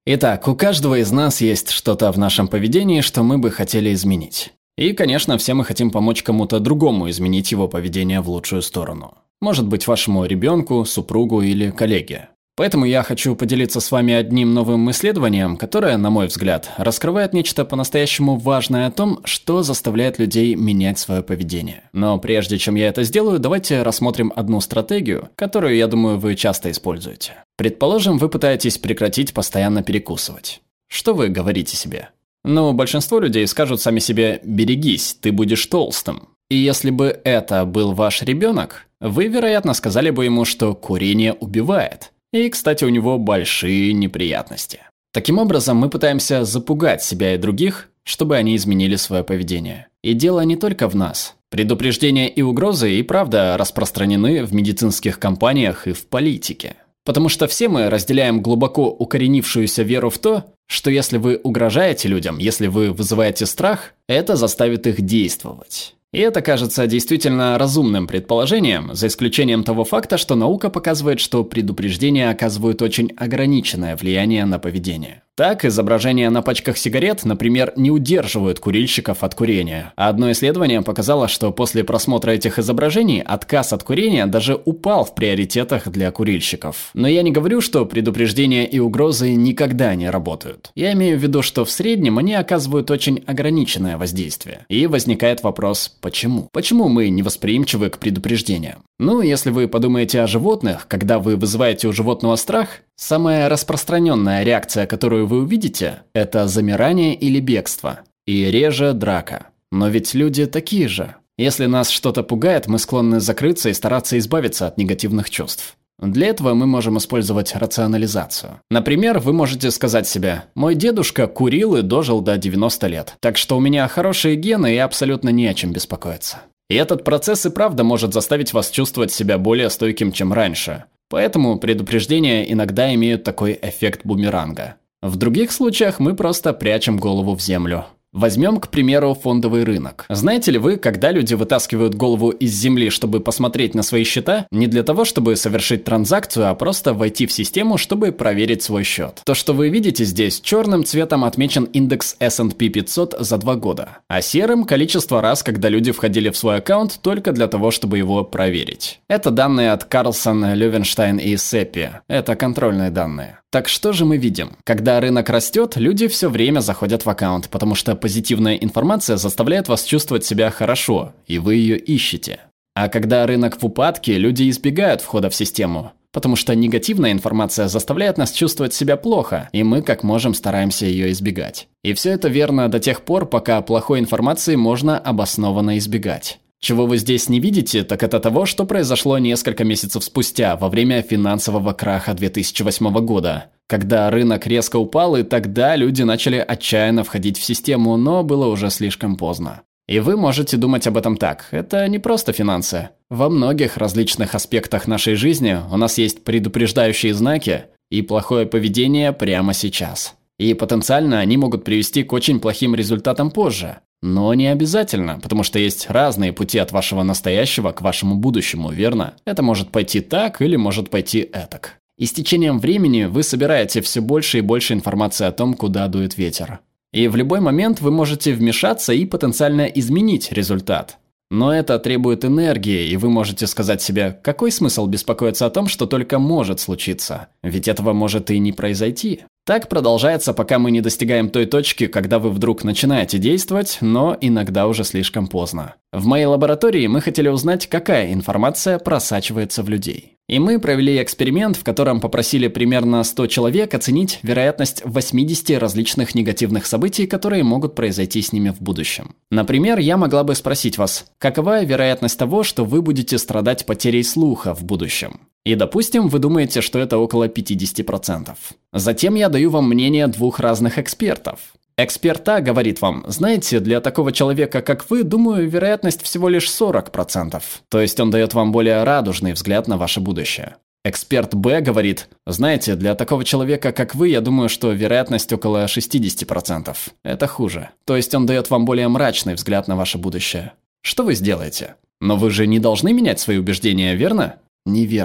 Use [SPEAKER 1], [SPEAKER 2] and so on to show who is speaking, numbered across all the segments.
[SPEAKER 1] Итак, у каждого из нас есть что-то в нашем поведении, что мы бы хотели изменить. И, конечно, все мы хотим помочь кому-то другому изменить его поведение в лучшую сторону. Может быть, вашему ребенку, супругу или коллеге. Поэтому я хочу поделиться с вами одним новым исследованием, которое, на мой взгляд, раскрывает нечто по-настоящему важное о том, что заставляет людей менять свое поведение. Но прежде чем я это сделаю, давайте рассмотрим одну стратегию, которую, я думаю, вы часто используете. Предположим, вы пытаетесь прекратить постоянно перекусывать. Что вы говорите себе? Ну, большинство людей скажут сами себе «берегись, ты будешь толстым». И если бы это был ваш ребенок, вы, вероятно, сказали бы ему, что курение убивает. И, кстати, у него большие неприятности. Таким образом, мы пытаемся запугать себя и других, чтобы они изменили свое поведение. И дело не только в нас. Предупреждения и угрозы и правда распространены в медицинских компаниях и в политике. Потому что все мы разделяем глубоко укоренившуюся веру в то, что если вы угрожаете людям, если вы вызываете страх, это заставит их действовать. И это кажется действительно разумным предположением, за исключением того факта, что наука показывает, что предупреждения оказывают очень ограниченное влияние на поведение. Так, изображения на пачках сигарет, например, не удерживают курильщиков от курения. А одно исследование показало, что после просмотра этих изображений отказ от курения даже упал в приоритетах для курильщиков. Но я не говорю, что предупреждения и угрозы никогда не работают. Я имею в виду, что в среднем они оказывают очень ограниченное воздействие. И возникает вопрос, почему? Почему мы невосприимчивы к предупреждениям? Ну, если вы подумаете о животных, когда вы вызываете у животного страх, самая распространенная реакция, которую вы увидите, это замирание или бегство. И реже драка. Но ведь люди такие же. Если нас что-то пугает, мы склонны закрыться и стараться избавиться от негативных чувств. Для этого мы можем использовать рационализацию. Например, вы можете сказать себе: «Мой дедушка курил и дожил до 90 лет, так что у меня хорошие гены и абсолютно не о чем беспокоиться». И этот процесс и правда может заставить вас чувствовать себя более стойким, чем раньше. Поэтому предупреждения иногда имеют такой эффект бумеранга. В других случаях мы просто прячем голову в землю. Возьмем, к примеру, фондовый рынок. Знаете ли вы, когда люди вытаскивают голову из земли, чтобы посмотреть на свои счета, не для того, чтобы совершить транзакцию, а просто войти в систему, чтобы проверить свой счет? То, что вы видите здесь, черным цветом отмечен индекс S&P 500 за 2 года, а серым – количество раз, когда люди входили в свой аккаунт только для того, чтобы его проверить. Это данные от Carlson, Löwenstein и Seppi. Это контрольные данные. Так что же мы видим? Когда рынок растет, люди все время заходят в аккаунт, потому что позитивная информация заставляет вас чувствовать себя хорошо, и вы ее ищете. А когда рынок в упадке, люди избегают входа в систему, потому что негативная информация заставляет нас чувствовать себя плохо, и мы как можем стараемся ее избегать. И все это верно до тех пор, пока плохой информации можно обоснованно избегать. Чего вы здесь не видите, так это того, что произошло несколько месяцев спустя, во время финансового краха 2008 года, когда рынок резко упал, и тогда люди начали отчаянно входить в систему, но было уже слишком поздно. И вы можете думать об этом так: это не просто финансы. Во многих различных аспектах нашей жизни у нас есть предупреждающие знаки и плохое поведение прямо сейчас. И потенциально они могут привести к очень плохим результатам позже. Но не обязательно, потому что есть разные пути от вашего настоящего к вашему будущему, верно? Это может пойти так или может пойти этак. И с течением времени вы собираете все больше и больше информации о том, куда дует ветер. И в любой момент вы можете вмешаться и потенциально изменить результат. Но это требует энергии, и вы можете сказать себе: какой смысл беспокоиться о том, что только может случиться? Ведь этого может и не произойти. Так продолжается, пока мы не достигаем той точки, когда вы вдруг начинаете действовать, но иногда уже слишком поздно. В моей лаборатории мы хотели узнать, какая информация просачивается в людей. И мы провели эксперимент, в котором попросили примерно 100 человек оценить вероятность 80 различных негативных событий, которые могут произойти с ними в будущем. Например, я могла бы спросить вас: какова вероятность того, что вы будете страдать потерей слуха в будущем? И, допустим, вы думаете, что это около 50%. Затем я даю вам мнение 2 разных экспертов. Эксперт А говорит вам: знаете, для такого человека, как вы, думаю, вероятность всего лишь 40%. То есть он дает вам более радужный взгляд на ваше будущее. Эксперт Б говорит: знаете, для такого человека, как вы, я думаю, что вероятность около 60%. Это хуже. То есть он дает вам более мрачный взгляд на ваше будущее. Что вы сделаете? Но вы же не должны менять свои убеждения, верно? Неверно.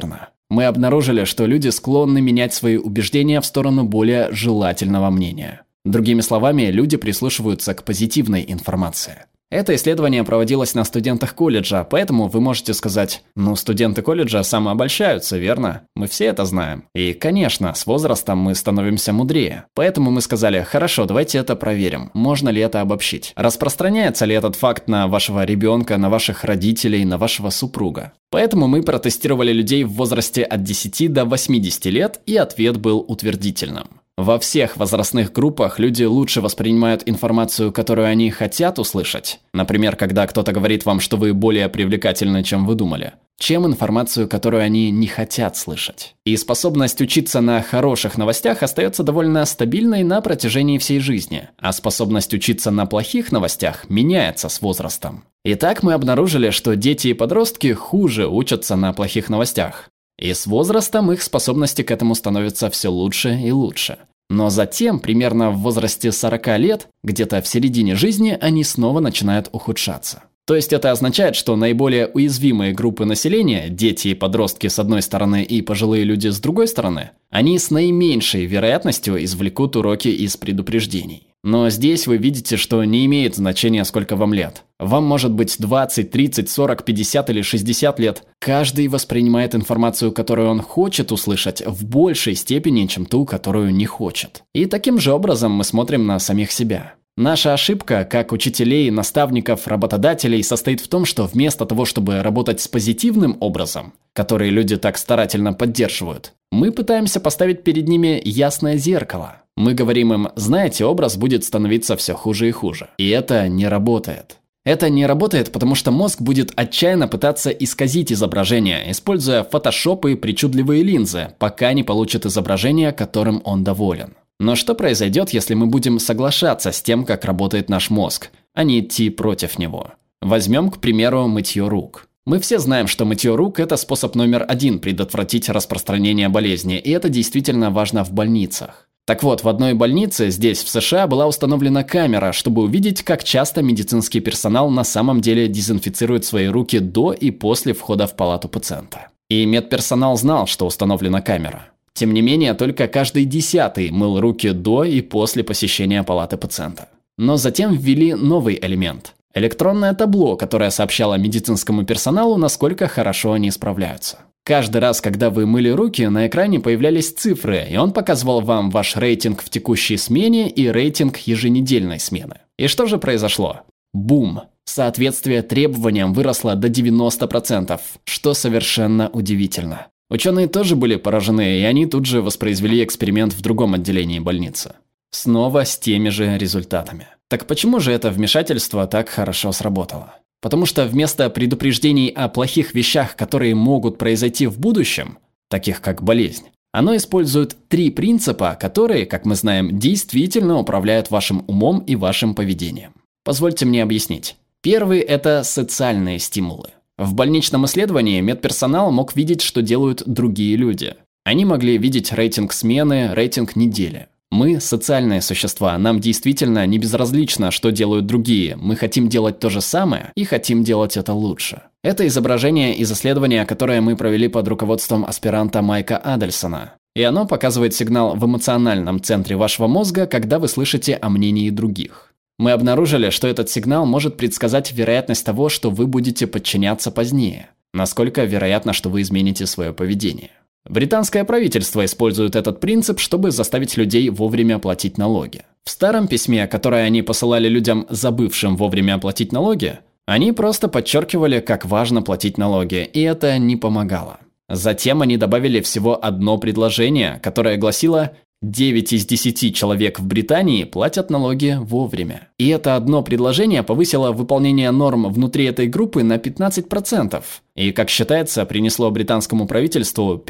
[SPEAKER 1] Мы обнаружили, что люди склонны менять свои убеждения в сторону более желательного мнения. Другими словами, люди прислушиваются к позитивной информации. Это исследование проводилось на студентах колледжа, поэтому вы можете сказать: ну, студенты колледжа самообольщаются, верно? Мы все это знаем. И, конечно, с возрастом мы становимся мудрее. Поэтому мы сказали: хорошо, давайте это проверим. Можно ли это обобщить? Распространяется ли этот факт на вашего ребенка, на ваших родителей, на вашего супруга? Поэтому мы протестировали людей в возрасте от 10 до 80 лет, и ответ был утвердительным. Во всех возрастных группах люди лучше воспринимают информацию, которую они хотят услышать. Например, когда кто-то говорит вам, что вы более привлекательны, чем вы думали, чем информацию, которую они не хотят слышать. И способность учиться на хороших новостях остается довольно стабильной на протяжении всей жизни, а способность учиться на плохих новостях меняется с возрастом. Итак, мы обнаружили, что дети и подростки хуже учатся на плохих новостях. И с возрастом их способности к этому становятся все лучше и лучше. Но затем, примерно в возрасте 40 лет, где-то в середине жизни, они снова начинают ухудшаться. То есть это означает, что наиболее уязвимые группы населения, дети и подростки с одной стороны и пожилые люди с другой стороны, они с наименьшей вероятностью извлекут уроки из предупреждений. Но здесь вы видите, что не имеет значения, сколько вам лет. Вам может быть 20, 30, 40, 50 или 60 лет. Каждый воспринимает информацию, которую он хочет услышать, в большей степени, чем ту, которую не хочет. И таким же образом мы смотрим на самих себя. Наша ошибка, как учителей, наставников, работодателей, состоит в том, что вместо того, чтобы работать с позитивным образом, который люди так старательно поддерживают, мы пытаемся поставить перед ними ясное зеркало. Мы говорим им: знаете, образ будет становиться все хуже и хуже. И это не работает. Это не работает, потому что мозг будет отчаянно пытаться исказить изображение, используя фотошоп и причудливые линзы, пока не получит изображение, которым он доволен. Но что произойдет, если мы будем соглашаться с тем, как работает наш мозг, а не идти против него? Возьмем, к примеру, мытье рук. Мы все знаем, что мытье рук – это способ номер один предотвратить распространение болезни, и это действительно важно в больницах. Так вот, в одной больнице здесь, в США, была установлена камера, чтобы увидеть, как часто медицинский персонал на самом деле дезинфицирует свои руки до и после входа в палату пациента. И медперсонал знал, что установлена камера. Тем не менее, только каждый 10-й мыл руки до и после посещения палаты пациента. Но затем ввели новый элемент – электронное табло, которое сообщало медицинскому персоналу, насколько хорошо они справляются. Каждый раз, когда вы мыли руки, на экране появлялись цифры, и он показывал вам ваш рейтинг в текущей смене и рейтинг еженедельной смены. И что же произошло? Бум! Соответствие требованиям выросло до 90%, что совершенно удивительно. Ученые тоже были поражены, и они тут же воспроизвели эксперимент в другом отделении больницы. Снова с теми же результатами. Так почему же это вмешательство так хорошо сработало? Потому что вместо предупреждений о плохих вещах, которые могут произойти в будущем, таких как болезнь, оно использует 3 принципа, которые, как мы знаем, действительно управляют вашим умом и вашим поведением. Позвольте мне объяснить. Первый – это социальные стимулы. В больничном исследовании медперсонал мог видеть, что делают другие люди. Они могли видеть рейтинг смены, рейтинг недели. Мы – социальные существа, нам действительно не безразлично, что делают другие. Мы хотим делать то же самое и хотим делать это лучше. Это изображение из исследования, которое мы провели под руководством аспиранта Майка Адельсона. И оно показывает сигнал в эмоциональном центре вашего мозга, когда вы слышите о мнении других. Мы обнаружили, что этот сигнал может предсказать вероятность того, что вы будете подчиняться позднее. Насколько вероятно, что вы измените свое поведение. Британское правительство использует этот принцип, чтобы заставить людей вовремя платить налоги. В старом письме, которое они посылали людям, забывшим вовремя оплатить налоги, они просто подчеркивали, как важно платить налоги, и это не помогало. Затем они добавили всего одно предложение, которое гласило: 9 из 10 человек в Британии платят налоги вовремя. И это одно предложение повысило выполнение норм внутри этой группы на 15%. И, как считается, принесло британскому правительству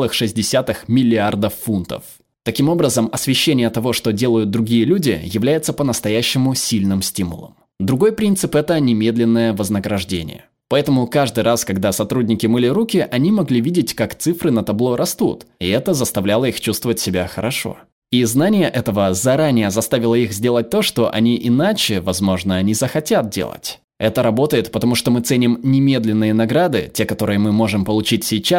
[SPEAKER 1] 5,6 миллиардов фунтов. Таким образом, освещение того, что делают другие люди, является по-настоящему сильным стимулом. Другой принцип – это немедленное вознаграждение. Поэтому каждый раз, когда сотрудники мыли руки, они могли видеть, как цифры на табло растут, и это заставляло их чувствовать себя хорошо. И знание этого заранее заставило их сделать то, что они иначе, возможно, не захотят делать. Это работает, потому что мы ценим немедленные награды, те, которые мы можем получить сейчас,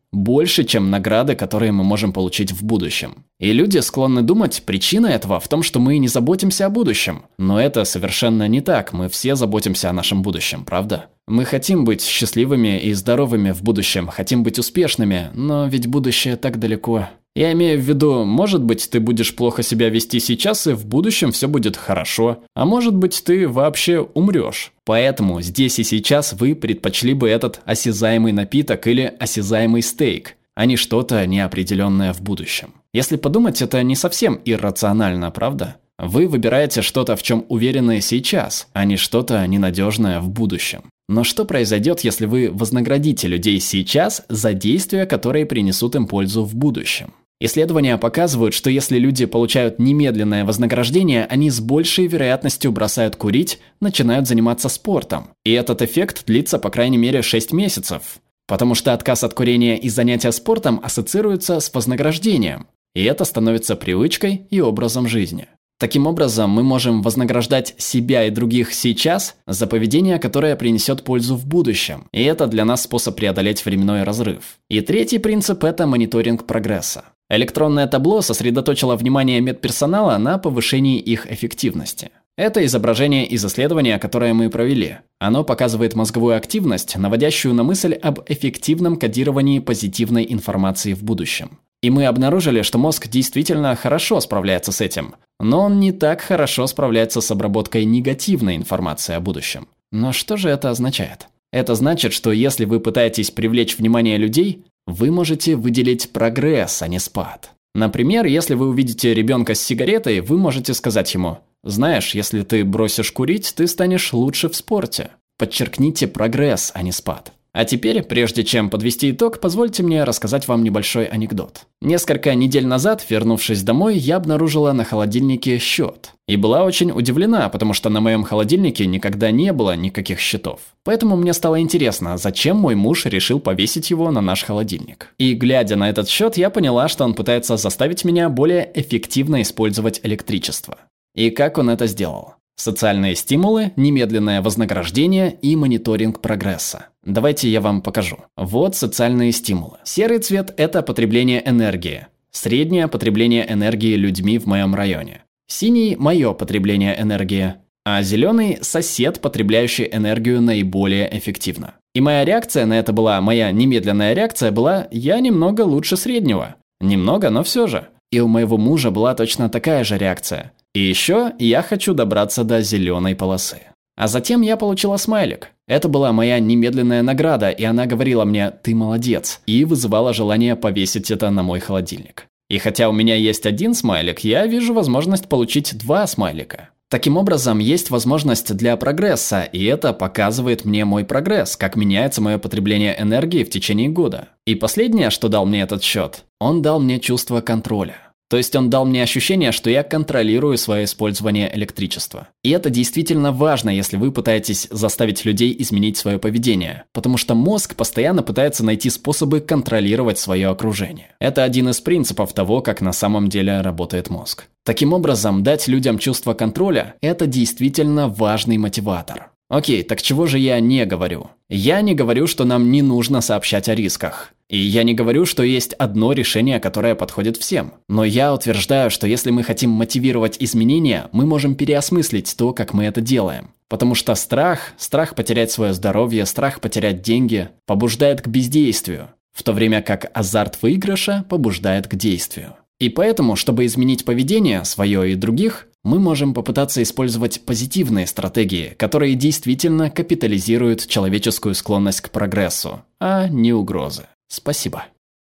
[SPEAKER 1] больше, чем награды, которые мы можем получить в будущем. И люди склонны думать, причина этого в том, что мы не заботимся о будущем. Но это совершенно не так, мы все заботимся о нашем будущем, правда? Мы хотим быть счастливыми и здоровыми в будущем, хотим быть успешными, но ведь будущее так далеко. Я имею в виду, может быть, ты будешь плохо себя вести сейчас, и в будущем все будет хорошо, а может быть, ты вообще умрешь. Поэтому здесь и сейчас вы предпочли бы этот осязаемый напиток или осязаемый стейк, а не что-то неопределенное в будущем. Если подумать, это не совсем иррационально, правда? Вы выбираете что-то, в чем уверены сейчас, а не что-то ненадежное в будущем. Но что произойдет, если вы вознаградите людей сейчас за действия, которые принесут им пользу в будущем? Исследования показывают, что если люди получают немедленное вознаграждение, они с большей вероятностью бросают курить, начинают заниматься спортом. И этот эффект длится по крайней мере 6 месяцев. Потому что отказ от курения и занятия спортом ассоциируется с вознаграждением. И это становится привычкой и образом жизни. Таким образом, мы можем вознаграждать себя и других сейчас за поведение, которое принесет пользу в будущем. И это для нас способ преодолеть временной разрыв. И третий принцип – это мониторинг прогресса. Электронное табло сосредоточило внимание медперсонала на повышении их эффективности. Это изображение из исследования, которое мы провели. Оно показывает мозговую активность, наводящую на мысль об эффективном кодировании позитивной информации в будущем. И мы обнаружили, что мозг действительно хорошо справляется с этим, но он не так хорошо справляется с обработкой негативной информации о будущем. Но что же это означает? Это значит, что если вы пытаетесь привлечь внимание людей, вы можете выделить прогресс, а не спад. Например, если вы увидите ребенка с сигаретой, вы можете сказать ему: «Знаешь, если ты бросишь курить, ты станешь лучше в спорте». Подчеркните прогресс, а не спад. А теперь, прежде чем подвести итог, позвольте мне рассказать вам небольшой анекдот. Несколько недель назад, вернувшись домой, я обнаружила на холодильнике счет. И была очень удивлена, потому что на моем холодильнике никогда не было никаких счетов. Поэтому мне стало интересно, зачем мой муж решил повесить его на наш холодильник. И глядя на этот счет, я поняла, что он пытается заставить меня более эффективно использовать электричество. И как он это сделал? Социальные стимулы, немедленное вознаграждение и мониторинг прогресса. Давайте я вам покажу. Вот социальные стимулы. Серый цвет – это потребление энергии. Среднее потребление энергии людьми в моем районе. Синий – мое потребление энергии. А зеленый – сосед, потребляющий энергию наиболее эффективно. И моя реакция на это была, моя немедленная реакция была: я немного лучше среднего. Немного, но все же. И у моего мужа была точно такая же реакция. И еще я хочу добраться до зеленой полосы. А затем я получила смайлик. Это была моя немедленная награда, и она говорила мне: «Ты молодец», и вызывала желание повесить это на мой холодильник. И хотя у меня есть один смайлик, я вижу возможность получить 2 смайлика. Таким образом, есть возможность для прогресса, и это показывает мне мой прогресс, как меняется мое потребление энергии в течение года. И последнее, что дал мне этот счет, он дал мне чувство контроля. То есть он дал мне ощущение, что я контролирую свое использование электричества. И это действительно важно, если вы пытаетесь заставить людей изменить свое поведение, потому что мозг постоянно пытается найти способы контролировать свое окружение. Это один из принципов того, как на самом деле работает мозг. Таким образом, дать людям чувство контроля – это действительно важный мотиватор. Окей, так чего же я не говорю? Я не говорю, что нам не нужно сообщать о рисках. И я не говорю, что есть одно решение, которое подходит всем. Но я утверждаю, что если мы хотим мотивировать изменения, мы можем переосмыслить то, как мы это делаем. Потому что страх потерять свое здоровье, страх потерять деньги, побуждает к бездействию, в то время как азарт выигрыша побуждает к действию. И поэтому, чтобы изменить поведение, свое и других, мы можем попытаться использовать позитивные стратегии, которые действительно капитализируют человеческую склонность к прогрессу, а не угрозы. Спасибо.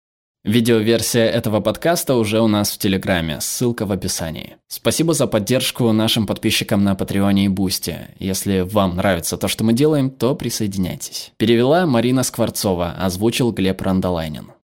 [SPEAKER 1] Видеоверсия этого подкаста уже у нас в Телеграме, ссылка в описании. Спасибо за поддержку нашим подписчикам на Патреоне и Бусти. Если вам нравится то, что мы делаем, то присоединяйтесь. Перевела Марина Скворцова, озвучил Глеб Рандолайнин.